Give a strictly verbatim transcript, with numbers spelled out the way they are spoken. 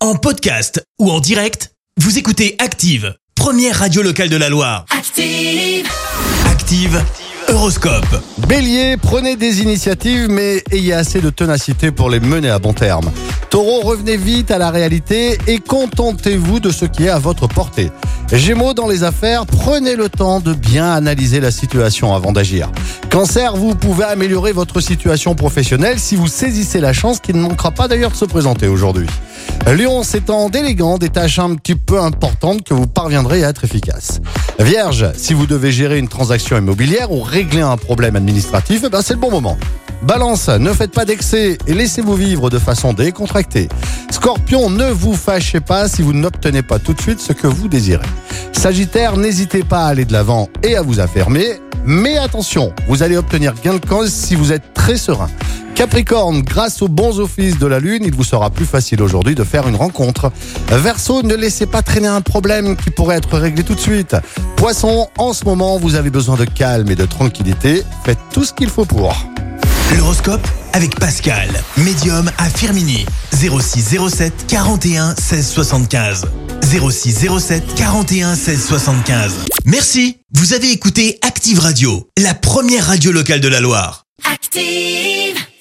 En podcast ou en direct, vous écoutez Active, première radio locale de la Loire. Active, Active Horoscope. Bélier, prenez des initiatives, mais ayez assez de ténacité pour les mener à bon terme. Taureau, revenez vite à la réalité et contentez-vous de ce qui est à votre portée. Gémeaux, dans les affaires, prenez le temps de bien analyser la situation avant d'agir. Cancer, vous pouvez améliorer votre situation professionnelle si vous saisissez la chance qui ne manquera pas d'ailleurs de se présenter aujourd'hui. Lion, c'est en déléguant des tâches un petit peu importantes que vous parviendrez à être efficace. Vierge, si vous devez gérer une transaction immobilière ou régler un problème administratif, eh ben c'est le bon moment. Balance, ne faites pas d'excès et laissez-vous vivre de façon décontractée. Scorpion, ne vous fâchez pas si vous n'obtenez pas tout de suite ce que vous désirez. Sagittaire, n'hésitez pas à aller de l'avant et à vous affirmer, mais attention, vous allez obtenir gain de cause si vous êtes très serein. Capricorne, grâce aux bons offices de la Lune, il vous sera plus facile aujourd'hui de faire une rencontre. Verseau, ne laissez pas traîner un problème qui pourrait être réglé tout de suite. Poisson, en ce moment, vous avez besoin de calme et de tranquillité. Faites tout ce qu'il faut pour. L'horoscope avec Pascal, médium à Firminy, zéro six zéro sept quarante et un seize soixante-quinze. zéro six zéro sept quarante et un seize soixante-quinze. Merci, vous avez écouté Active Radio, la première radio locale de la Loire. Active!